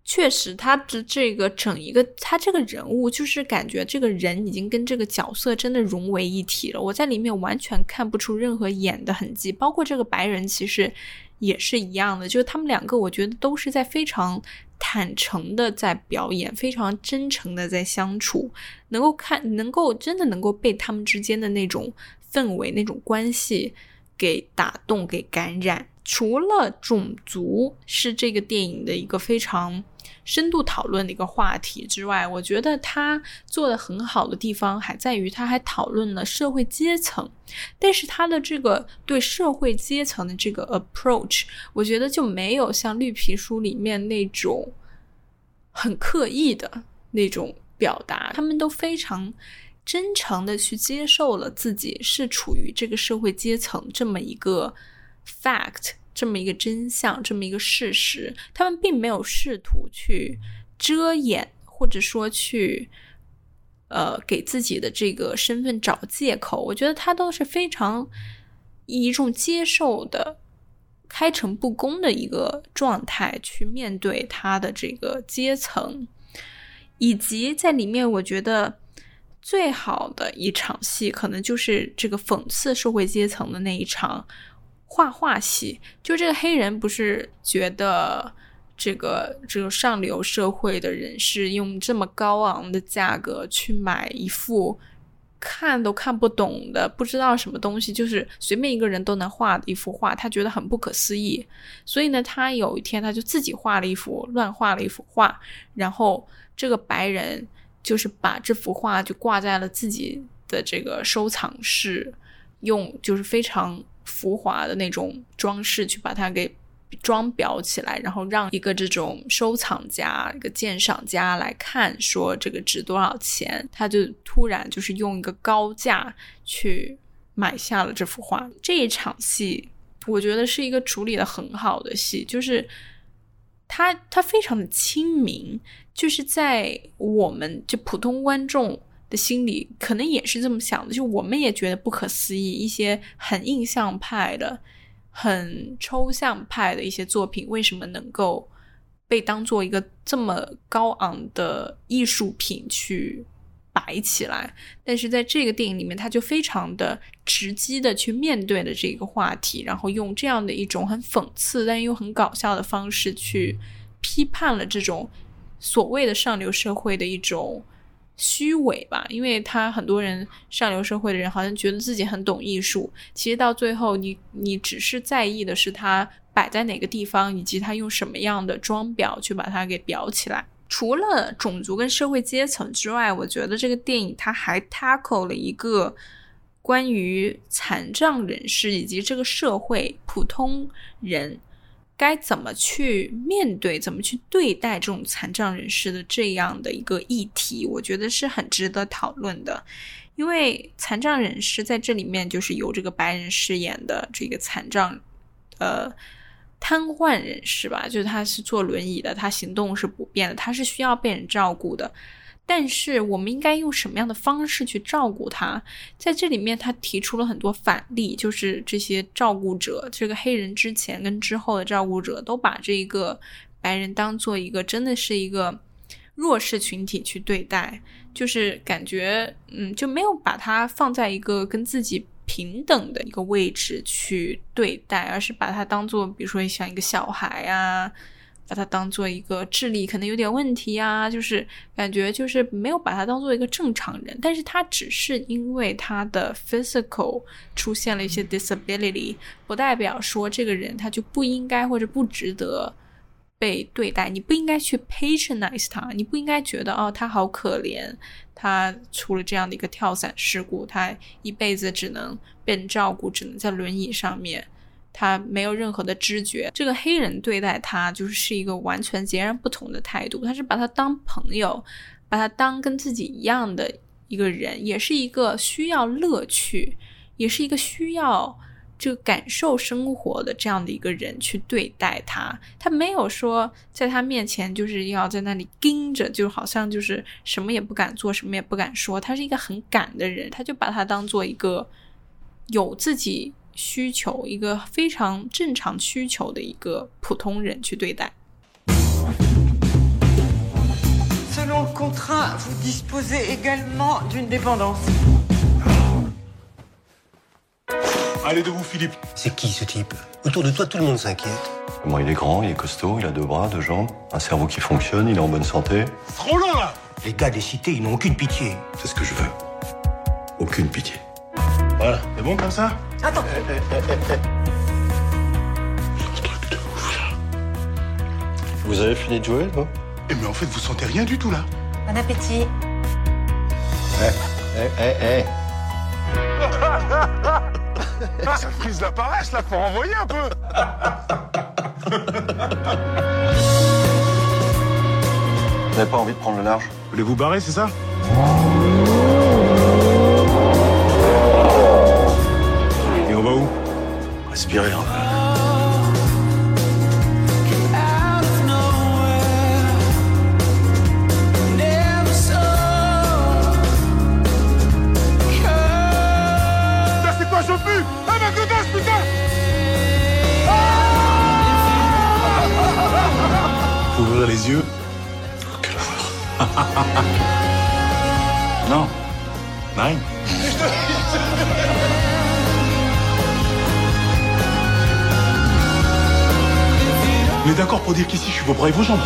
确实他的这个他这个人物就是感觉这个人已经跟这个角色真的融为一体了，我在里面完全看不出任何演的痕迹，包括这个白人其实也是一样的，就是他们两个我觉得都是在非常坦诚的在表演，非常真诚的在相处，真的能够被他们之间的那种氛围那种关系给打动给感染。除了种族是这个电影的一个非常深度讨论的一个话题之外，我觉得他做得很好的地方还在于他还讨论了社会阶层，但是他的这个对社会阶层的这个 approach 我觉得就没有像绿皮书里面那种很刻意的那种表达，他们都非常真诚的去接受了自己是处于这个社会阶层这么一个 fact， 这么一个真相，这么一个事实，他们并没有试图去遮掩或者说去给自己的这个身份找借口，我觉得他都是非常以一种接受的开诚布公的一个状态去面对他的这个阶层。以及在里面我觉得最好的一场戏可能就是这个讽刺社会阶层的那一场画画戏，就这个黑人不是觉得这个上流社会的人士用这么高昂的价格去买一幅看都看不懂的不知道什么东西，就是随便一个人都能画的一幅画，他觉得很不可思议，所以呢他有一天他就自己乱画了一幅画，然后这个白人就是把这幅画就挂在了自己的这个收藏室，用就是非常浮华的那种装饰去把它给装裱起来，然后让一个这种收藏家一个鉴赏家来看说这个值多少钱，他就突然就是用一个高价去买下了这幅画。这一场戏我觉得是一个处理的很好的戏，就是他非常的亲民，就是在我们就普通观众的心里可能也是这么想的，就我们也觉得不可思议，一些很印象派的很抽象派的一些作品为什么能够被当做一个这么高昂的艺术品去摆起来，但是在这个电影里面他就非常的直击的去面对了这个话题，然后用这样的一种很讽刺但又很搞笑的方式去批判了这种所谓的上流社会的一种虚伪吧。因为他很多人上流社会的人好像觉得自己很懂艺术，其实到最后你只是在意的是他摆在哪个地方以及他用什么样的装裱去把它给裱起来。除了种族跟社会阶层之外，我觉得这个电影它还 tackle 了一个关于残障人士以及这个社会普通人该怎么去面对怎么去对待这种残障人士的这样的一个议题，我觉得是很值得讨论的。因为残障人士在这里面就是由这个白人饰演的这个残障瘫痪人士吧，就是他是坐轮椅的，他行动是不便的，他是需要被人照顾的，但是我们应该用什么样的方式去照顾他。在这里面他提出了很多反例，就是这些照顾者，这个黑人之前跟之后的照顾者都把这个白人当做一个真的是一个弱势群体去对待，就是感觉就没有把他放在一个跟自己平等的一个位置去对待，而是把他当做比如说像一个小孩啊，把他当做一个智力可能有点问题啊，就是感觉就是没有把他当做一个正常人，但是他只是因为他的 physical 出现了一些 disability， 不代表说这个人他就不应该或者不值得被对待，你不应该去 patronize 他，你不应该觉得他好可怜，他出了这样的一个跳伞事故，他一辈子只能被人照顾，只能在轮椅上面，他没有任何的知觉。这个黑人对待他就是一个完全截然不同的态度，他是把他当朋友，把他当跟自己一样的一个人，也是一个需要乐趣，也是一个需要这个感受生活的这样的一个人去对待他。他没有说在他面前就是要在那里盯着，就好像就是什么也不敢做什么也不敢说，他是一个很敢的人，他就把他当做一个有自己需求一个非常正常需求的一个普通人去对待。 Selon le contrat, vous disposez également d'une dépendance. Allez debout, Philippe. C'est qui ce type? Autour de toi, tout le monde s'inquiète. Bon, il est grand, il est costaud, il a 2 bras, 2 jambes, un cerveau qui fonctionne, il est en bonne santé. Trop long, là. Les gars des cités, ils n'ont aucune pitié. C'est ce que je veux. Aucune pitié. Voilà, c'est bon comme ça? Attends. Truc de ouf, là. Vous avez fini de jouer, non? Eh, mais en fait, vous sentez rien du tout, là. Bon appétit. Ah, ça frise la paresse, là, faut renvoyer un peu. Vous n'avez pas envie de prendre le large? Vous voulez vous barrer, c'est ça? Et on va où? Respirez un peu. Là, c'est quoi, j'en peux? Ah, ma godasse, putain! Faut ouvrir les yeux. Quelle horreur. Non. Nine. On est d'accord pour dire qu'ici, je suis vos bras et vos jambes.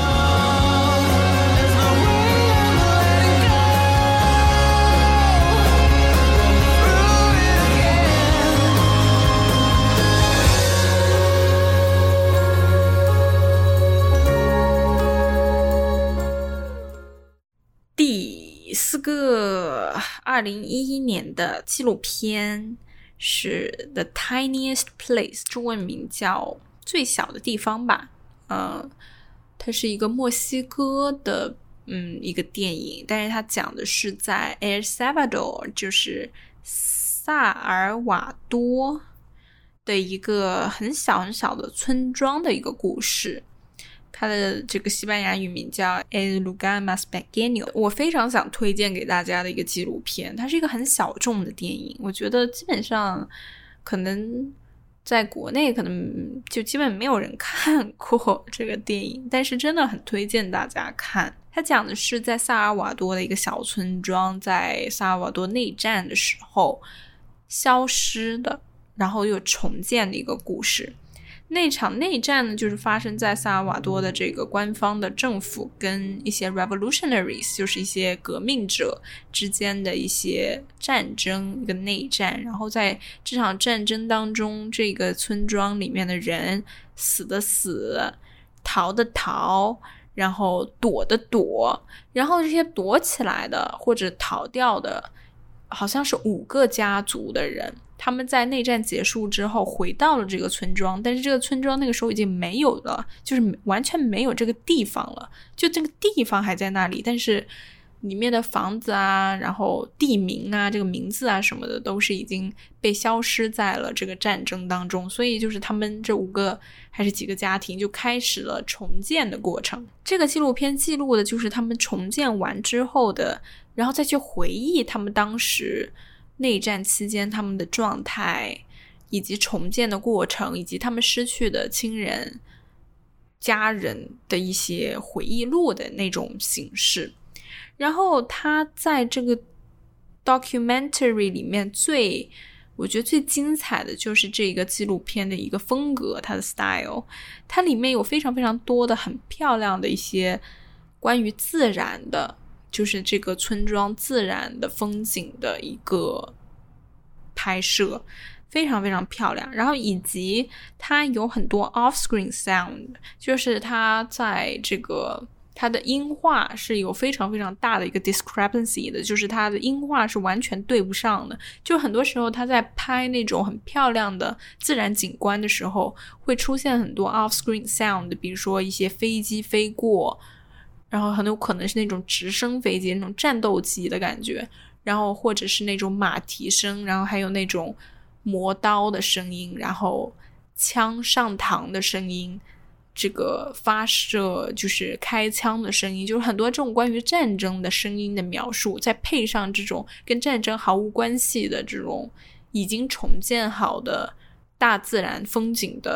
第4个2011年的纪录片是 The Tiniest Place， 中文名叫最小的地方吧。它是一个墨西哥的一个电影，但是它讲的是在 El Salvador， 就是萨尔瓦多的一个很小很小的村庄的一个故事。它的这个西班牙语名叫 El Lugar Más Pequeño， 我非常想推荐给大家的一个纪录片。它是一个很小众的电影，我觉得基本上可能在国内可能就基本没有人看过这个电影，但是真的很推荐大家看。它讲的是在萨尔瓦多的一个小村庄，在萨尔瓦多内战的时候消失的，然后又重建的一个故事。那场内战呢，就是发生在萨尔瓦多的这个官方的政府跟一些 revolutionaries， 就是一些革命者之间的一些战争，一个内战。然后在这场战争当中，这个村庄里面的人死的死，逃的逃，然后躲的躲，然后这些躲起来的或者逃掉的好像是5个家族的人，他们在内战结束之后回到了这个村庄，但是这个村庄那个时候已经没有了，就是完全没有这个地方了，就这个地方还在那里，但是里面的房子啊，然后地名啊，这个名字啊什么的都是已经被消失在了这个战争当中，所以就是他们这5个还是几个家庭就开始了重建的过程。这个纪录片记录的就是他们重建完之后的，然后再去回忆他们当时内战期间他们的状态，以及重建的过程，以及他们失去的亲人家人的一些回忆录的那种形式。然后他在这个 documentary 里面我觉得最精彩的就是这个纪录片的一个风格，它的 style， 它里面有非常非常多的很漂亮的一些关于自然的，就是这个村庄自然的风景的一个拍摄，非常非常漂亮。然后以及它有很多 off-screen sound， 就是它在这个它的音画是有非常非常大的一个 discrepancy 的，就是它的音画是完全对不上的。就很多时候它在拍那种很漂亮的自然景观的时候，会出现很多 off-screen sound， 比如说一些飞机飞过，然后很有可能是那种直升飞机那种战斗机的感觉，然后或者是那种马蹄声，然后还有那种磨刀的声音，然后枪上膛的声音，这个发射就是开枪的声音，就是很多这种关于战争的声音的描述，再配上这种跟战争毫无关系的这种已经重建好的大自然风景的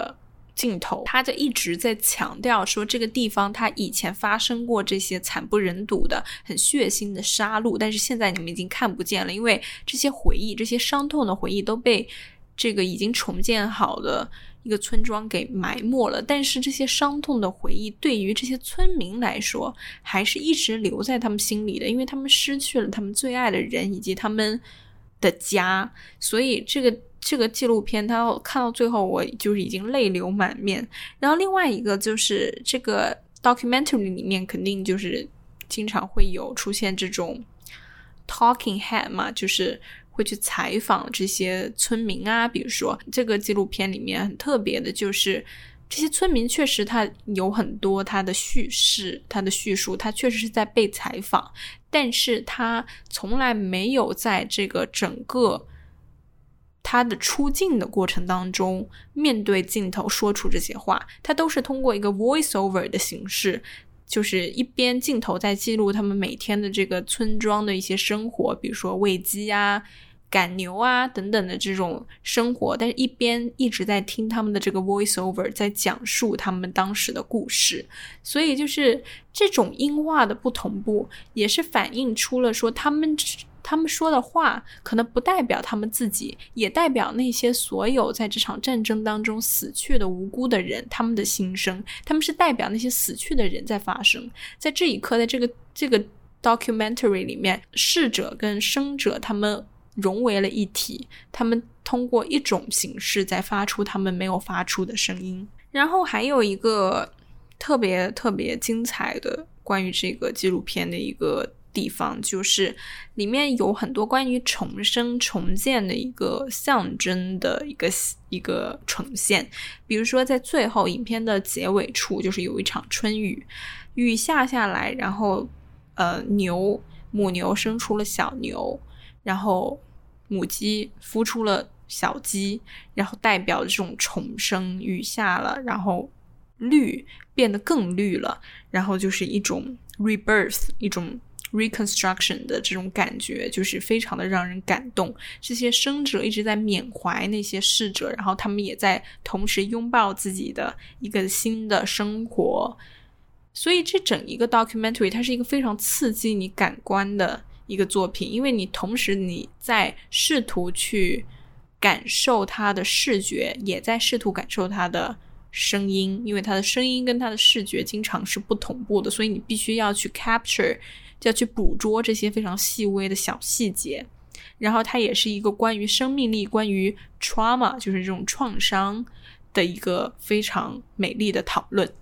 镜头，他就一直在强调说这个地方他以前发生过这些惨不忍睹的很血腥的杀戮，但是现在你们已经看不见了，因为这些回忆，这些伤痛的回忆都被这个已经重建好的一个村庄给埋没了，但是这些伤痛的回忆对于这些村民来说还是一直留在他们心里的，因为他们失去了他们最爱的人以及他们的家。所以这个纪录片它看到最后我就是已经泪流满面。然后另外一个就是这个 documentary 里面肯定就是经常会有出现这种 talking head 嘛，就是会去采访这些村民啊。比如说这个纪录片里面很特别的就是这些村民确实他有很多他的叙事，他的叙述，他确实是在被采访，但是他从来没有在这个整个他的出镜的过程当中面对镜头说出这些话，他都是通过一个 voice over 的形式，就是一边镜头在记录他们每天的这个村庄的一些生活，比如说喂鸡啊、赶牛啊等等的这种生活，但是一边一直在听他们的这个 voice over 在讲述他们当时的故事。所以就是这种音画的不同步也是反映出了说他们说的话可能不代表他们自己，也代表那些所有在这场战争当中死去的无辜的人他们的心声，他们是代表那些死去的人在发声。在这一刻，在这个 documentary 里面，逝者跟生者他们融为了一体，他们通过一种形式在发出他们没有发出的声音。然后还有一个特别特别精彩的关于这个纪录片的一个地方，就是里面有很多关于重生重建的一个象征的一个呈现。比如说在最后影片的结尾处，就是有一场春雨，雨下来，然后母牛生出了小牛，然后母鸡孵出了小鸡，然后代表这种重生，雨下了，然后绿变得更绿了，然后就是一种 rebirth， 一种reconstruction 的这种感觉，就是非常的让人感动。这些生者一直在缅怀那些逝者，然后他们也在同时拥抱自己的一个新的生活。所以这整一个 documentary 它是一个非常刺激你感官的一个作品，因为你同时你在试图去感受它的视觉，也在试图感受它的声音，因为它的声音跟它的视觉经常是不同步的，所以你必须要去 capture， 要去捕捉这些非常细微的小细节。然后它也是一个关于生命力，关于 trauma， 就是这种创伤的一个非常美丽的讨论。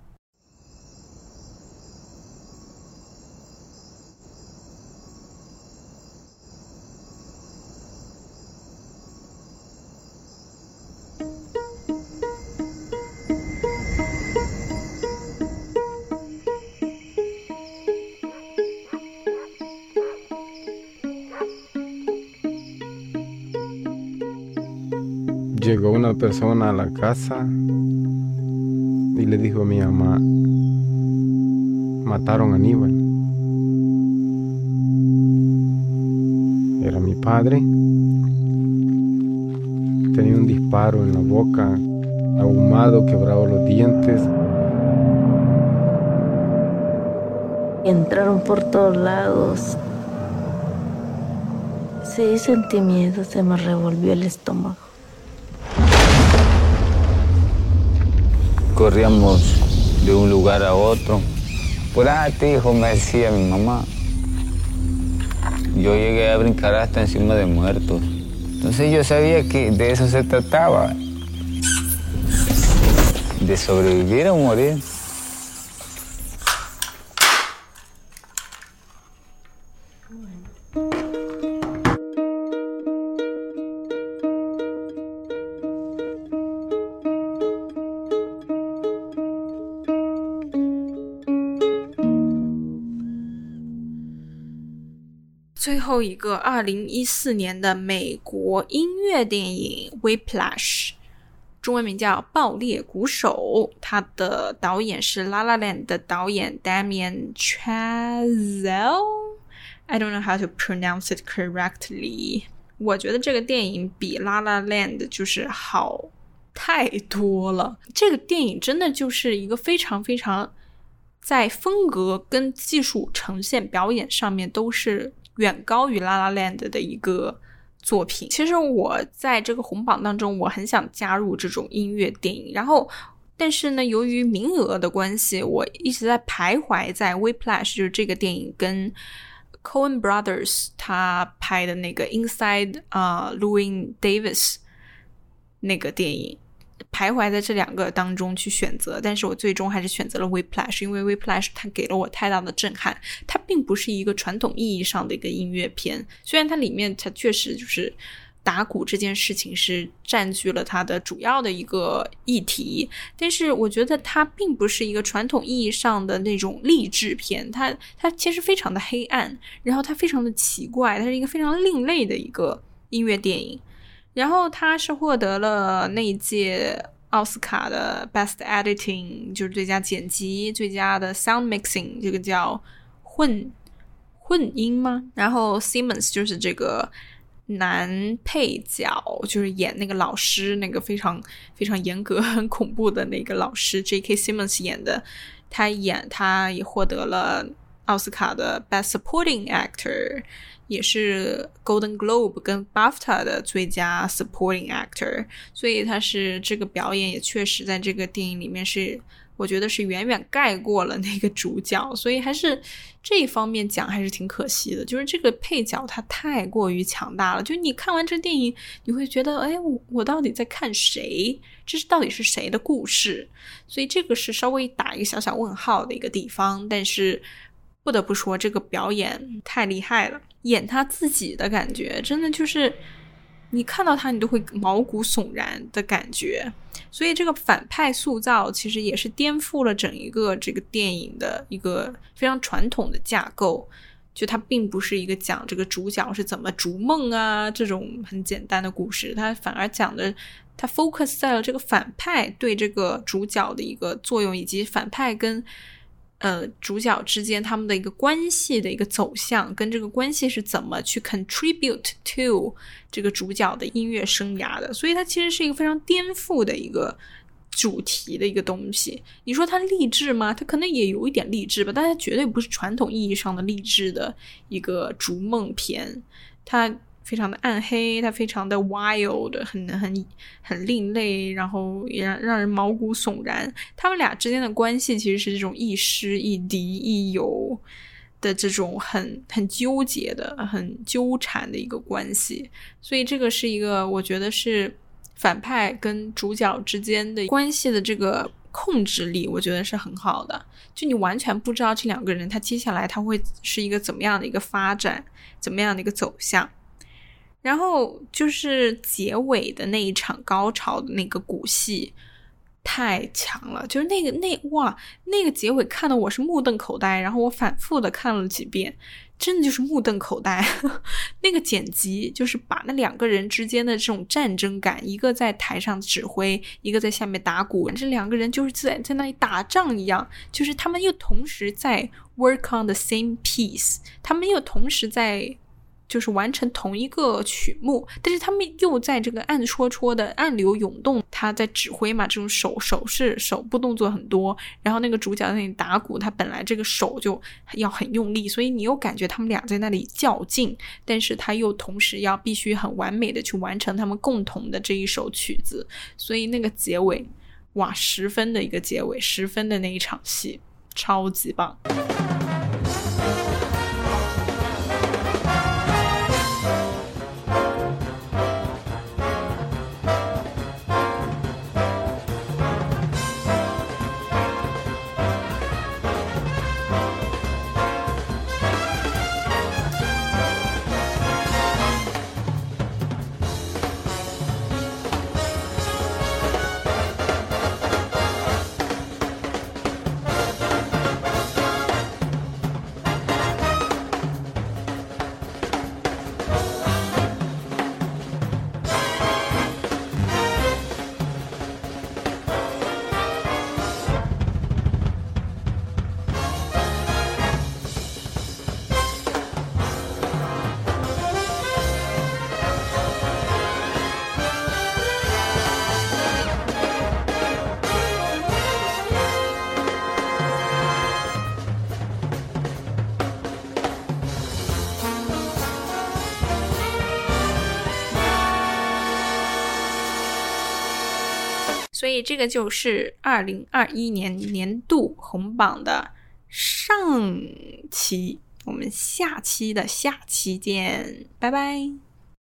Llegó una persona a la casa y le dijo a mi mamá, mataron a Aníbal. Era mi padre. Tenía un disparo en la boca, ahumado, quebrado los dientes. Entraron por todos lados. Sí, sentí miedo, se me revolvió el estómago. Corríamos de un lugar a otro. Apúrate, hijo, me decía mi mamá. Yo llegué a brincar hasta encima de muertos. Entonces yo sabía que de eso se trataba. De sobrevivir o morir. 最后一个2014年的美国音乐电影 Whiplash， 中文名叫爆裂鼓手，它的导演是 La La Land 的导演 Damien Chazelle， I don't know how to pronounce it correctly。 我觉得这个电影比 La La Land 就是好太多了。这个电影真的就是一个非常非常在风格跟技术呈现表演上面都是远高于 La La Land 的一个作品。其实我在这个红榜当中，我很想加入这种音乐电影，然后但是呢，由于名额的关系，我一直在徘徊在 Whiplash， 就是这个电影跟 Coen Brothers 他拍的那个 Inside Llewyn Davis 那个电影，徘徊在这两个当中去选择，但是我最终还是选择了 Whiplash， 因为 Whiplash 它给了我太大的震撼。它并不是一个传统意义上的一个音乐片，虽然它里面它确实就是打鼓这件事情是占据了它的主要的一个议题，但是我觉得它并不是一个传统意义上的那种励志片，它其实非常的黑暗，然后它非常的奇怪，它是一个非常另类的一个音乐电影。然后它是获得了那一届奥斯卡的 Best Editing， 就是最佳剪辑，最佳的 Sound Mixing， 这个叫混音吗？然后 Simmons 就是这个男配角，就是演那个老师，那个非常非常严格很恐怖的那个老师 J.K. Simmons 演的，他也获得了奥斯卡的 Best Supporting Actor， 也是 Golden Globe 跟 BAFTA 的最佳 Supporting Actor， 所以他是这个表演也确实在这个电影里面是我觉得是远远盖过了那个主角，所以还是这一方面讲还是挺可惜的，就是这个配角他太过于强大了，就你看完这电影你会觉得我到底在看谁，这到底是谁的故事，所以这个是稍微打一个小小问号的一个地方。但是不得不说这个表演太厉害了，演他自己的感觉真的就是你看到他你都会毛骨悚然的感觉，所以这个反派塑造其实也是颠覆了整一个这个电影的一个非常传统的架构，就它并不是一个讲这个主角是怎么逐梦啊这种很简单的故事，它反而讲的它 focus 在了这个反派对这个主角的一个作用，以及反派跟主角之间他们的一个关系的一个走向，跟这个关系是怎么去 contribute to 这个主角的音乐生涯的，所以它其实是一个非常颠覆的一个主题的一个东西。你说它励志吗？它可能也有一点励志吧，但它绝对不是传统意义上的励志的一个逐梦片，它非常的暗黑，它非常的 wild， 很另类，然后也让人毛骨悚然。他们俩之间的关系其实是这种亦师亦敌亦友的这种很纠结的很纠缠的一个关系，所以这个是一个我觉得是反派跟主角之间的关系的这个控制力，我觉得是很好的，就你完全不知道这两个人他接下来他会是一个怎么样的一个发展，怎么样的一个走向。然后就是结尾的那一场高潮的那个鼓戏太强了，就是那个结尾看得我是目瞪口呆，然后我反复的看了几遍，真的就是目瞪口呆那个剪辑就是把那两个人之间的这种战争感，一个在台上指挥，一个在下面打鼓，这两个人就是在那里打仗一样，就是他们又同时在 work on the same piece， 他们又同时在就是完成同一个曲目，但是他们又在这个暗戳戳的暗流涌动，他在指挥嘛，这种手势手部动作很多，然后那个主角在那里打鼓，他本来这个手就要很用力，所以你又感觉他们俩在那里较劲，但是他又同时要必须很完美的去完成他们共同的这一首曲子，所以那个结尾10分的一个结尾，10分的那一场戏超级棒。 以这个就是2021年年度红榜的上期，我们下期见，拜拜。